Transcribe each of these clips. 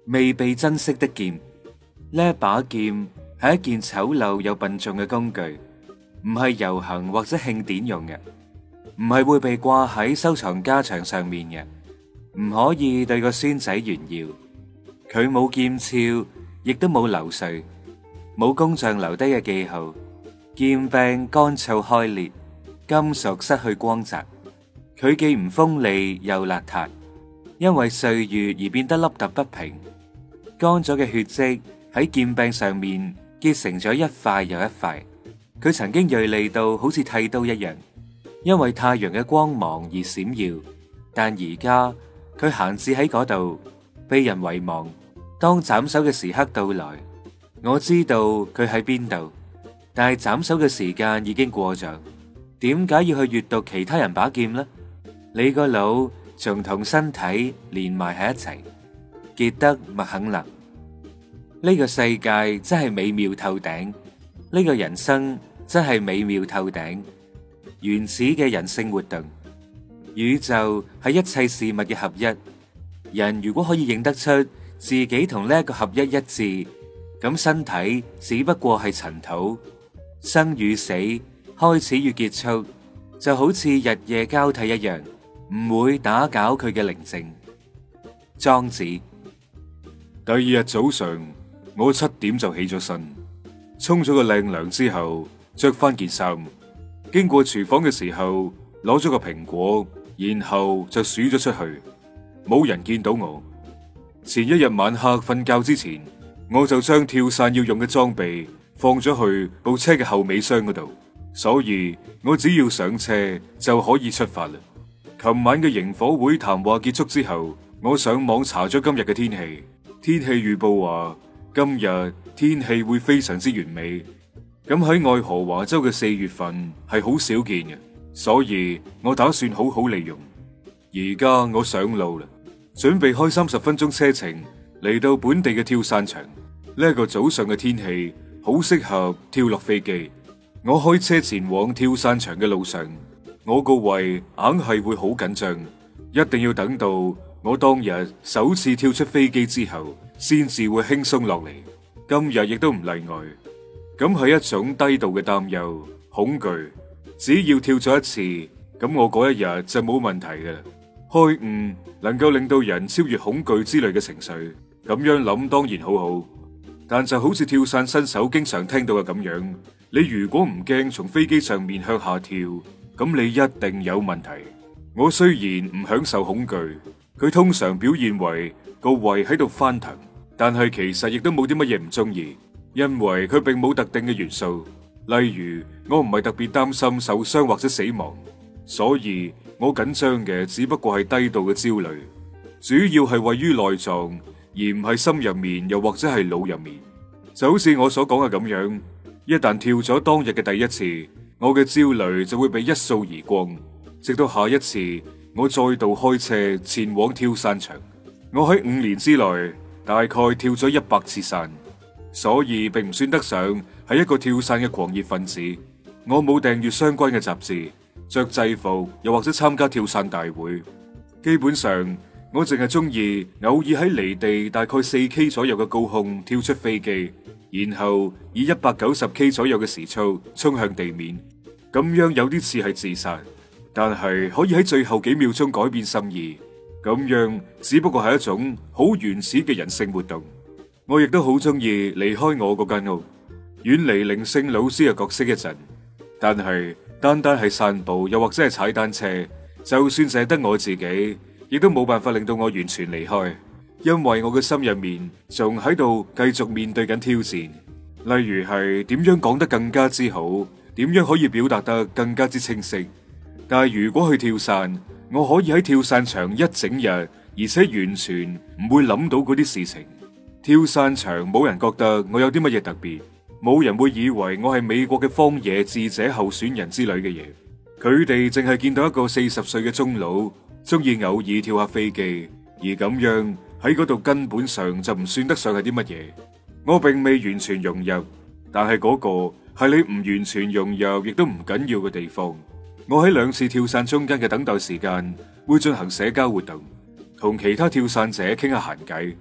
未被珍惜的劍。呢一把劍係一件醜陋又笨重嘅工具，唔係遊行或者慶典用嘅，唔係會被掛喺收藏家牆上面嘅，唔可以對個孫仔炫耀。佢冇劍鞘，亦都冇流水，冇工匠留低嘅記號。劍柄乾燥開裂，金屬失去光澤。佢既唔鋒利又邋遢，因為歲月而變得凹凸不平。乾咗嘅血跡喺劍柄上面結成咗一塊又一塊。佢曾經銳利到好似剃刀一樣，因為太陽嘅光芒而閃耀。但而家佢閒置喺嗰度，被人遺忘。當斬首嘅時刻到來，我知道佢喺邊度，但係斬首嘅時間已經過咗。點解要去閱讀其他人把劍呢？你個腦仲同身體連埋喺一齊。傑德麥肯納。呢個世界真係美妙透頂，呢個人生真係美妙透頂。原始嘅人性活動，宇宙係一切事物嘅合一。人如果可以認得出自己同呢一個合一一致，咁身體只不過係塵土。生與死，開始與結束，就好似日夜交替一樣，唔會打攪佢嘅寧靜。莊子。 第二日早上，我7點就起咗身，沖咗個靚涼之後，着翻件衫，經過廚房嘅時候，攞咗個蘋果，然後就數咗出去，冇人見到我。前一日晚黑瞓覺之前，我就將跳傘要用嘅裝備放咗去部車嘅後尾箱嗰度，所以我只要上車就可以出發啦。琴晚嘅營火會談話結束之後，我上網查咗今日嘅天氣。天氣預報話今日天氣會非常之完美，咁喺愛荷華州嘅4月份係好少見嘅，所以我打算好好利用。而家我上路啦，準備開30分鐘車程嚟到本地嘅跳傘場。呢個早上嘅天氣好適合跳落飛機。我開車前往跳傘場嘅路上，我個胃硬係會好緊張，一定要等到我當日首次跳出飛機之後，先至會輕鬆落嚟。今日亦都唔例外。咁係一種低度嘅擔憂、恐懼。只要跳咗一次，咁我嗰一日就冇問題嘅。開悟能夠令到人超越恐懼之類嘅情緒，咁樣諗當然好好。但就好似跳傘新手經常聽到嘅咁樣，你如果唔驚從飛機上面向下跳，咁你一定有問題。我雖然唔享受恐懼，佢通常表現為個胃喺度翻騰，但係其實亦都冇啲乜嘢唔中意，因為佢並冇特定嘅元素。例如，我唔係特別擔心受傷或者死亡，所以我緊張嘅只不過係低度嘅焦慮，主要係位於內臟，而唔係心入面，又或者係腦入面。就好似我所講嘅咁樣，一旦跳咗當日嘅第一次，我嘅焦慮就會被一掃而光，直到下一次我再度開車前往跳傘場。我喺5年之內大概跳咗100次傘，所以並唔算得上係一個跳傘嘅狂熱分子。我冇訂閱相關嘅雜誌，着制服又或者參加跳傘大會。基本上我淨係中意偶爾喺離地大概4K 左右嘅高空跳出飛機，然後以190K 左右嘅時速衝向地面。咁樣有啲似係自殺，但係可以喺最後幾秒鐘改變心意。咁樣只不過係一種好原始嘅人性活動。我亦都好中意離開我嗰間屋，遠離靈性老師嘅角色一陣。但係單單係散步又或者係踩單車，就算淨係得我自己，亦都冇辦法令到我完全離開，因為我嘅心入面仲喺度繼續面對緊挑戰。例如係點樣講得更加之好，點樣可以表達得更加之清晰。但係如果去跳傘，我可以喺跳傘場一整日，而且完全唔會諗到嗰啲事情。跳傘場冇人覺得我有啲乜嘢特別，冇人會以為我係美國嘅荒野智者候選人之類嘅嘢。佢哋淨係見到一個40歲嘅中佬，中意偶爾跳下飛機，而咁樣喺嗰度根本上就唔算得上係啲乜嘢。我並未完全融入，但係嗰個係你唔完全融入亦都唔緊要嘅地方。我喺2次跳傘中間嘅等待時間會進行社交活動，同其他跳傘者傾下閒偈。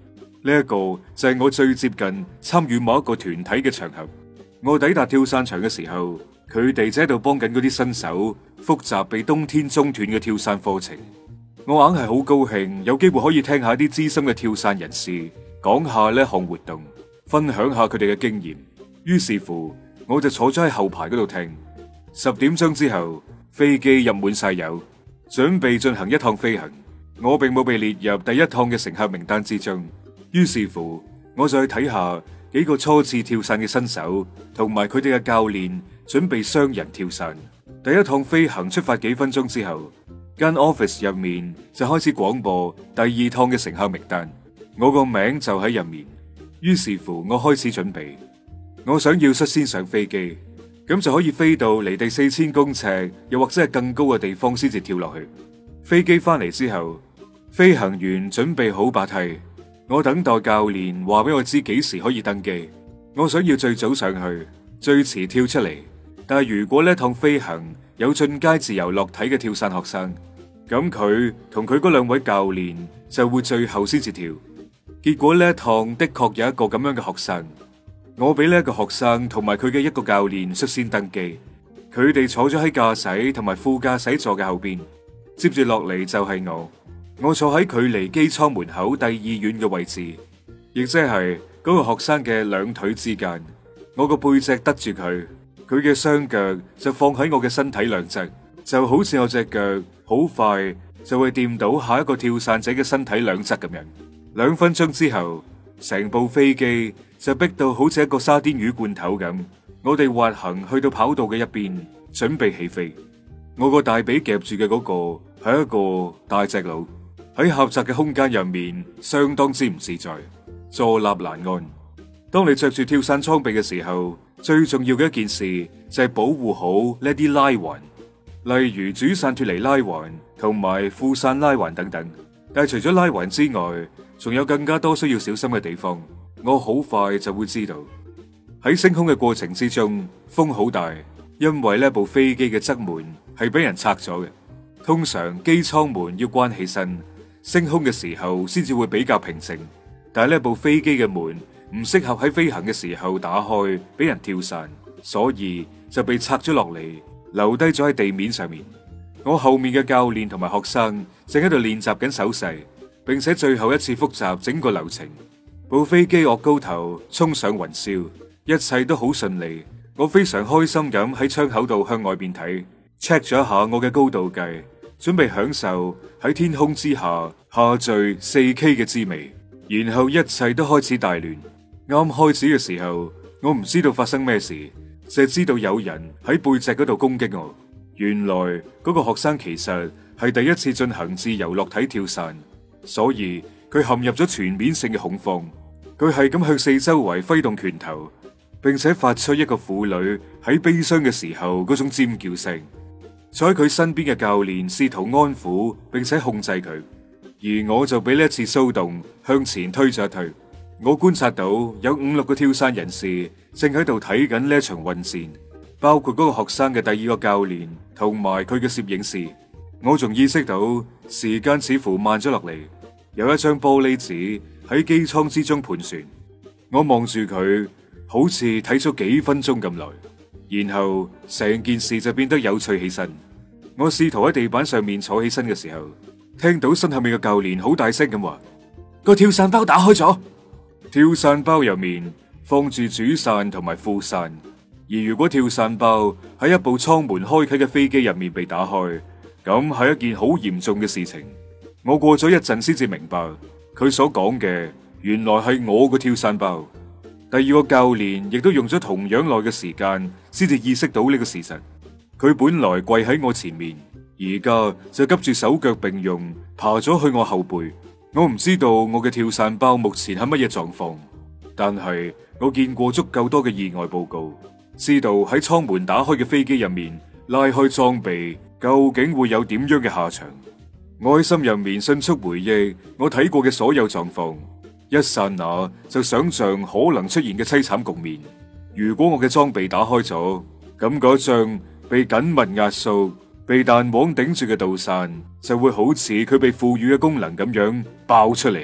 呢一個就係我最接近參與某一個團體嘅場合。我抵達跳傘場嘅時候，佢哋就喺度幫緊嗰啲新手複習被冬天中斷嘅跳傘課程。我硬係好高興有機會可以聽下啲資深嘅跳傘人士講下呢項活動，分享下佢哋嘅經驗。於是乎，我就坐咗喺後排嗰度聽。10點鐘之後，飛機入滿晒油，準備進行一趟飛行。我並冇被列入第一趟嘅乘客名單之中。於是乎，我就去睇下幾個初次跳傘嘅新手同埋佢哋嘅教練準備雙人跳傘。第一趟飛行出發幾分鐘之後，間 office 入面就開始廣播第二趟嘅乘客名單，我個名就喺入面。於是乎，我開始準備。我想要率先上飛機，咁就可以飛到離地4000公尺，又或者係更高嘅地方先至跳落去。飛機翻嚟之後，飛行員準備好把梯，我等待教練話俾我知幾時可以登機。我想要最早上去，最遲跳出嚟。但係如果呢趟飛行有進階自由落體嘅跳傘學生，咁佢同佢嗰2位教練就會最後先至跳。結果呢一趟的確有一個咁樣嘅學生，我俾呢一個學生同埋佢嘅一個教練率先登機，佢哋坐咗喺駕駛同埋副駕駛座嘅後邊，接住落嚟就係我坐喺距離機艙門口第2遠嘅位置，亦即係嗰個學生嘅2腿之間。我個背脊得住佢，佢嘅雙腳就放喺我嘅身體兩側，就好似我隻腳好快就會掂到下一個跳傘者嘅身體兩側咁樣。2分鐘之後，成部飛機就逼到好似一個沙甸魚罐頭咁，我哋滑行去到跑道嘅一邊，準備起飛。我個大髀夾住嘅嗰個係一個大隻佬，喺狹窄嘅空間入面相當之唔自在，坐立難安。當你着住跳傘裝備嘅時候，最重要嘅一件事就係保護好呢啲拉環，例如主傘脫離拉環同埋副傘拉環等等。但係除咗拉環之外，仲有更加多需要小心嘅地方。我好快就會知道。喺升空嘅過程之中，風好大，因為呢部飛機嘅側門係俾人拆咗嘅。通常機艙門要關起身，升空嘅時候先至會比較平靜。但係呢部飛機嘅門唔適合喺飛行嘅時候打開俾人跳傘，所以就被拆咗落嚟，留低咗喺地面上面。我後面嘅教練同埋學生正喺度練習緊手勢，並且最後一次複習整個流程。部飛機岳高頭衝上雲霄，一切都好順利。我非常開心咁喺窗口度向外邊睇，check 咗一下我嘅高度計，準備享受喺天空之下下墜 4K 嘅滋味。然後一切都開始大亂。啱開始嘅時候，我唔知道發生咩事，淨係知道有人喺背脊嗰度攻擊我。原來嗰個學生其實係第一次進行自由落體跳傘，所以佢陷入咗全面性嘅恐慌。佢係咁向四周圍揮動拳頭，並且發出一個婦女喺悲傷嘅時候嗰種尖叫聲。坐喺佢身邊嘅教練試圖安撫並且控制佢，而我就俾呢一次騷動向前推咗一推。我觀察到有5-6個跳傘人士正喺度睇緊呢一場混戰，包括嗰個學生嘅第2個教練同埋佢嘅攝影師。我仲意識到時間似乎慢咗落嚟，有一張玻璃紙喺機艙之中盤旋。我望住佢，好似睇咗幾分鐘咁耐，然後成件事就變得有趣起身。我試圖喺地板上面坐起身嘅時候，聽到身後面嘅教練好大聲咁話：個跳傘包打開咗。跳傘包入面放住主傘同埋副傘，而如果跳傘包喺一部艙門開啟嘅飛機入面被打開，咁係一件好嚴重嘅事情。我過咗一陣先至明白，佢所講嘅原來係我個跳傘包。第2個教練亦都用咗同樣耐嘅時間先至意識到呢個事實。佢本來跪喺我前面，而家就急住手腳並用爬咗去我後背。我唔知道我嘅跳傘包目前係乜嘢狀況，但係我見過足夠多嘅意外報告，知道喺艙門打開嘅飛機入面拉開裝備究竟會有點樣嘅下場。我喺心入面迅速回憶我睇過嘅所有狀況，一剎那就想象可能出現嘅淒慘局面。如果我嘅裝備打開咗，咁嗰張被緊密壓縮、被彈簧頂住嘅導傘就會好似佢被賦予嘅功能咁樣爆出嚟，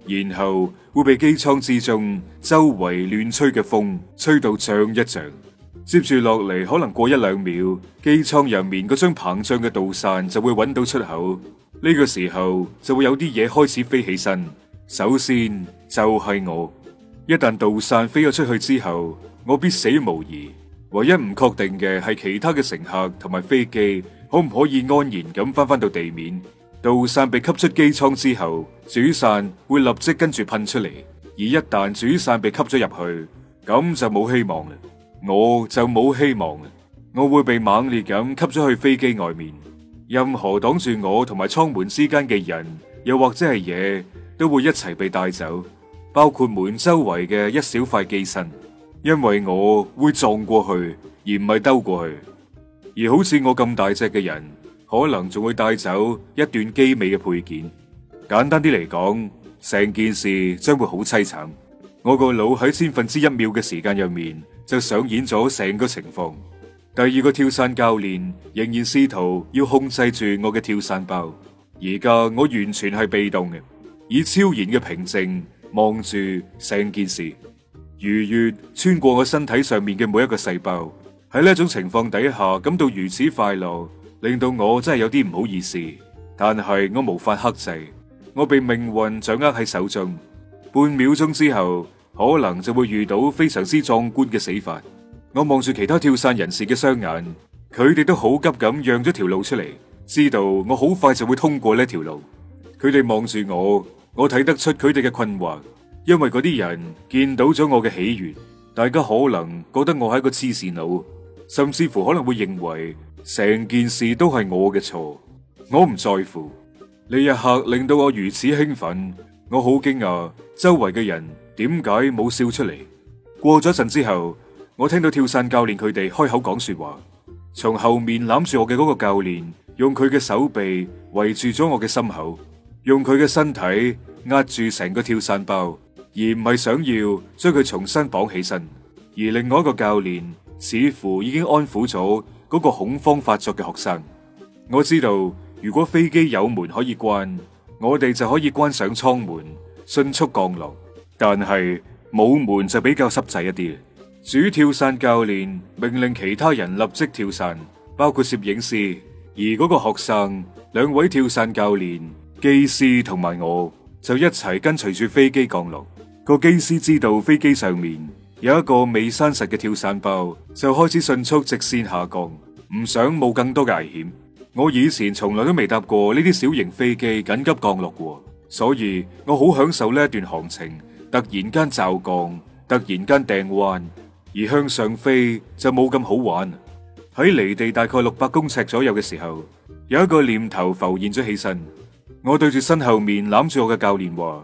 然後會被機艙之中周圍亂吹嘅風吹到脹一脹。接住落嚟，可能過1-2秒，機艙入面嗰張膨脹嘅導扇就會揾到出口。呢個時候就會有啲嘢開始飛起身。首先就係我，一旦導扇飛咗出去之後，我必死無疑。唯一唔確定嘅係其他嘅乘客同埋飛機可唔可以安然咁翻到地面。導扇被吸出機艙之後，主扇會立即跟住噴出嚟，而一旦主扇被吸咗入去，咁就冇希望啦。我就冇希望啦，我會被猛烈咁吸咗去飛機外面。任何擋住我同埋艙門之間嘅人，又或者係嘢，都會一齊被帶走，包括門周圍嘅一小塊機身，因為我會撞過去，而唔係兜過去。而好似我咁大隻嘅人，可能仲會帶走一段機尾嘅配件。簡單啲嚟講，成件事將會好淒慘。我個腦喺1/1000秒嘅時間入面，就上演咗成個情況。第二個跳傘教練仍然試圖要控制住我嘅跳傘包，而家我完全係被動嘅，以超然嘅平靜望住成件事，愉悅穿過我身體上面嘅每一個細胞。喺呢一種情況底下感到如此快樂，令到我真係有啲唔好意思，但係我無法克制，我被命運掌握喺手中。半秒鐘之後，可能就會遇到非常之壯觀嘅死法。我望住其他跳傘人士嘅雙眼，佢哋都好急咁讓咗條路出嚟，知道我好快就會通過呢條路。佢哋望住我睇得出佢哋嘅困惑，因為嗰啲人見到咗我嘅喜悅。大家可能覺得我係一個黐線佬，甚至乎可能會認為成件事都係我嘅錯。我唔在乎。呢一刻令到我如此興奮，我好驚訝周圍嘅人點解冇笑出嚟。過咗一陣之後，我聽到跳傘教練佢哋開口講說話，從後面攬住我嘅嗰個教練用佢嘅手臂圍住咗我嘅心口，用佢嘅身體壓住成個跳傘包，而唔係想要將佢重新綁起身。而另外一個教練似乎已經安撫咗嗰個恐慌發作嘅學生。我知道如果飛機有門可以關，我哋就可以關上艙門，迅速降落。但係冇門就比較濕滯一啲。主跳傘教練命令其他人立即跳傘，包括攝影師。而嗰個學生、2位跳傘教練、機師同埋我就一齊跟隨住飛機降落。個機師知道飛機上面有一個未閂實嘅跳傘包，就開始迅速直線下降，唔想冒更多嘅危險。我以前從來都未搭過呢啲小型飛機緊急降落過，所以我好享受呢一段航程。突然間驟降，突然間掟彎，而向上飛就冇咁好玩。喺離地大概600公尺左右嘅時候，有一個念頭浮現咗起身。我對住身後面攬住我嘅教練話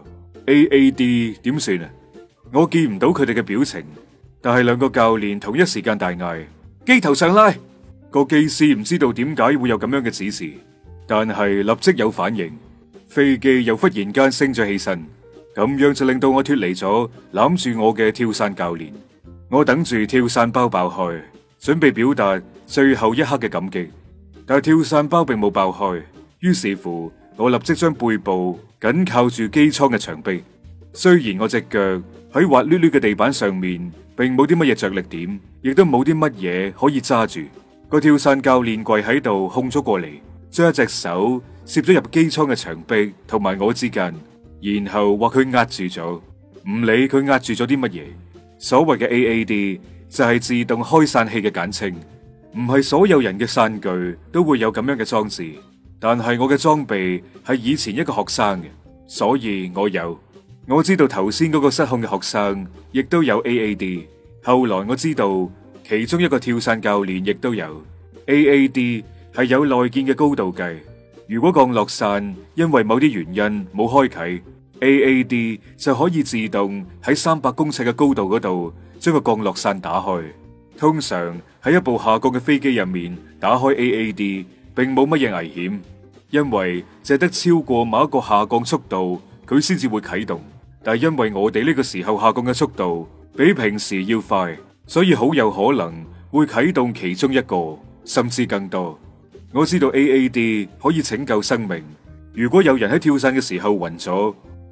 ：AAD 點算啊？我見唔到佢哋嘅表情，但係2個教練同一時間大嗌：機頭上拉！個機師唔知道點解會有咁樣嘅指示，但係立即有反應，飛機又忽然間升咗起身。咁樣就令到我脫離咗攬住我嘅跳傘教練。我等住跳傘包爆開，準備表達最後一刻嘅感激。但係跳傘包並冇爆開，於是乎我立即將背部緊靠住機艙嘅牆壁。雖然我隻腳喺滑溜溜嘅地板上面，並冇啲乜嘢着力點，亦都冇啲乜嘢可以揸住。個跳傘教練跪喺度控咗過嚟，將一隻手攝咗入機艙嘅牆壁同埋我之間。然後話佢壓住咗，唔理佢壓住咗啲乜嘢。所謂嘅 AAD 就係自動開傘器嘅簡稱，唔係所有人嘅傘具都會有咁樣嘅裝置，但係我嘅裝備係以前一個學生嘅，所以我有。我知道頭先嗰個失控嘅學生亦都有 AAD， 後來我知道其中一個跳傘教練亦都有 AAD， 係有內建嘅高度計。如果降落傘因為某啲原因冇開啟，AAD 就可以自動喺300公尺嘅高度嗰度將個降落傘打開。通常喺一部下降嘅飛機入面打開 AAD 並冇乜嘢危險，因為淨得超過某一個下降速度佢先至會啟動。但係因為我哋呢個時候下降嘅速度比平時要快，所以好有可能會啟動其中一個甚至更多。我知道 AAD 可以拯救生命。如果有人喺跳傘嘅時候暈咗，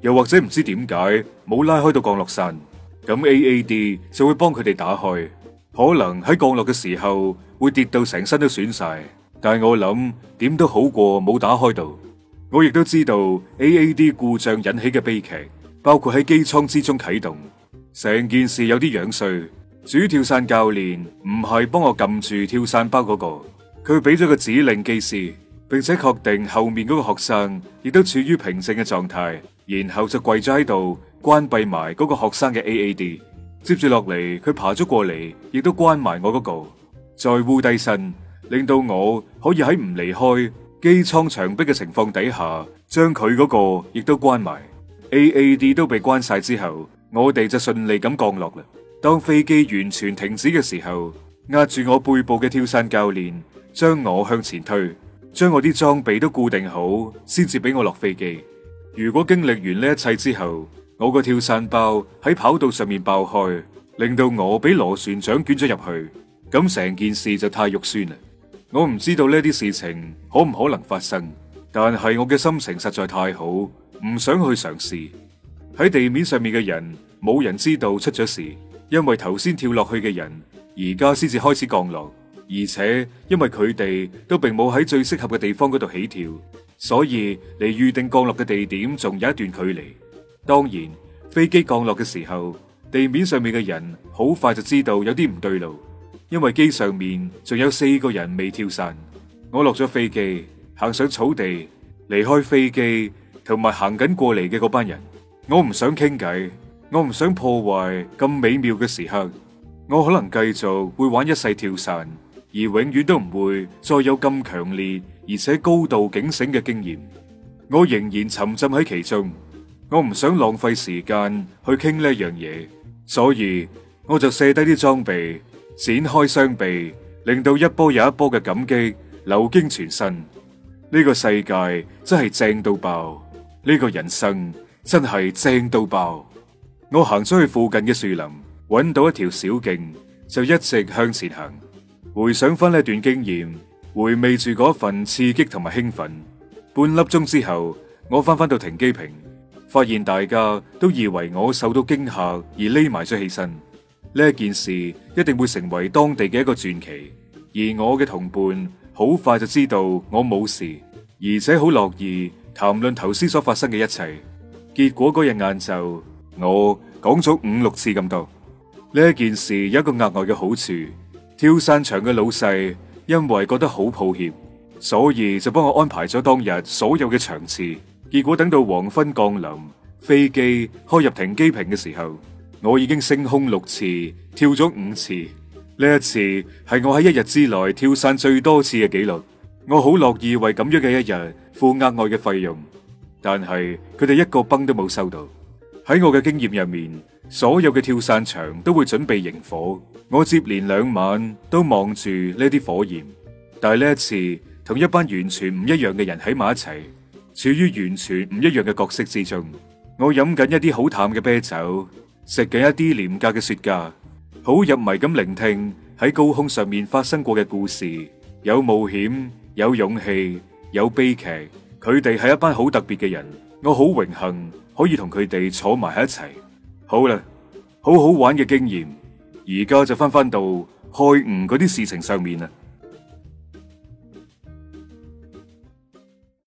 又或者唔知點解冇拉開到降落傘，咁 AAD 就會幫佢哋打開。可能喺降落嘅時候會跌到成身都損晒，但係我諗點都好過冇打開到。我亦都知道 AAD 故障引起嘅悲劇，包括喺機艙之中啟動，成件事有啲樣衰。主跳傘教練唔係幫我撳住跳傘包嗰個，佢俾咗個指令機師，並且確定後面嗰個學生亦都處於平靜嘅狀態，然後就跪咗喺度關閉埋嗰個學生嘅 AAD。接住落嚟，佢爬咗過嚟，亦都關埋我嗰個，再烏低身，令到我可以喺唔離開機艙牆壁嘅情況底下，將佢嗰個亦都關埋。AAD 都被關晒之後，我哋就順利咁降落啦。當飛機完全停止嘅時候，壓住我背部嘅跳傘教練將我向前推，將我啲裝備都固定好，先至俾我落飛機。如果經歷完呢一切之後，我個跳傘包喺跑道上面爆開，令到我俾螺旋槳捲咗入去，咁成件事就太肉酸啦。我唔知道呢啲事情可唔可能發生，但係我嘅心情實在太好，唔想去嘗試。喺地面上面嘅人冇人知道出咗事，因為頭先跳落去嘅人而家先至開始降落，而且因為佢哋都並冇喺最適合嘅地方嗰度起跳，所以離預定降落嘅地點仲有一段距離。當然，飛機降落嘅時候，地面上面嘅人好快就知道有啲唔對路，因為機上面仲有4個人未跳傘。我落咗飛機，行上草地，離開飛機同埋行緊過嚟嘅嗰班人。我唔想傾偈，我唔想破壞咁美妙嘅時刻。我可能繼續會玩一世跳傘，而永遠都唔會再有咁強烈而且高度警醒嘅經驗。我仍然沉浸喺其中。我唔想浪費時間去傾呢樣嘢，所以我就卸低啲裝備，展開雙臂，令到一波又一波嘅感激流經全身。呢個世界真係正到爆，呢個人生真係正到爆。我行咗去附近嘅樹林，揾到一條小徑，就一直向前行。回想翻呢段經驗，回味住嗰份刺激同埋興奮。半粒鐘之後，我翻返到停機坪。發現大家都以為我受到驚嚇而匿埋咗起身，呢件事一定會成為當地嘅一個傳奇。而我嘅同伴好快就知道我冇事，而且好樂意談論頭先所發生嘅一切。結果嗰日晏晝，我講咗5-6次咁多。呢件事有一個額外嘅好處，跳傘場嘅老細因為覺得好抱歉，所以就幫我安排咗當日所有嘅場次。結果等到黃昏降臨，飛機開入停機坪嘅時候，我已經升空6次，跳咗5次。呢一次係我喺一日之內跳傘最多次嘅紀錄。我好樂意為咁樣嘅一日付額外嘅費用，但係佢哋一個崩都冇收到。喺我嘅經驗入面，所有嘅跳傘場都會準備營火。我接連2晚都望住呢啲火焰，但係呢一次同一班完全唔一樣嘅人喺埋一齊。處於完全唔一樣嘅角色之中，我飲緊一啲好淡嘅啤酒，食緊一啲廉價嘅雪茄，好入迷咁聆聽喺高空上面發生過嘅故事，有冒險，有勇氣，有悲劇。佢哋係一班好特別嘅人，我好榮幸可以同佢哋坐埋喺一齊。好啦，好好玩嘅經驗，而家就翻到開悟嗰啲事情上面啦。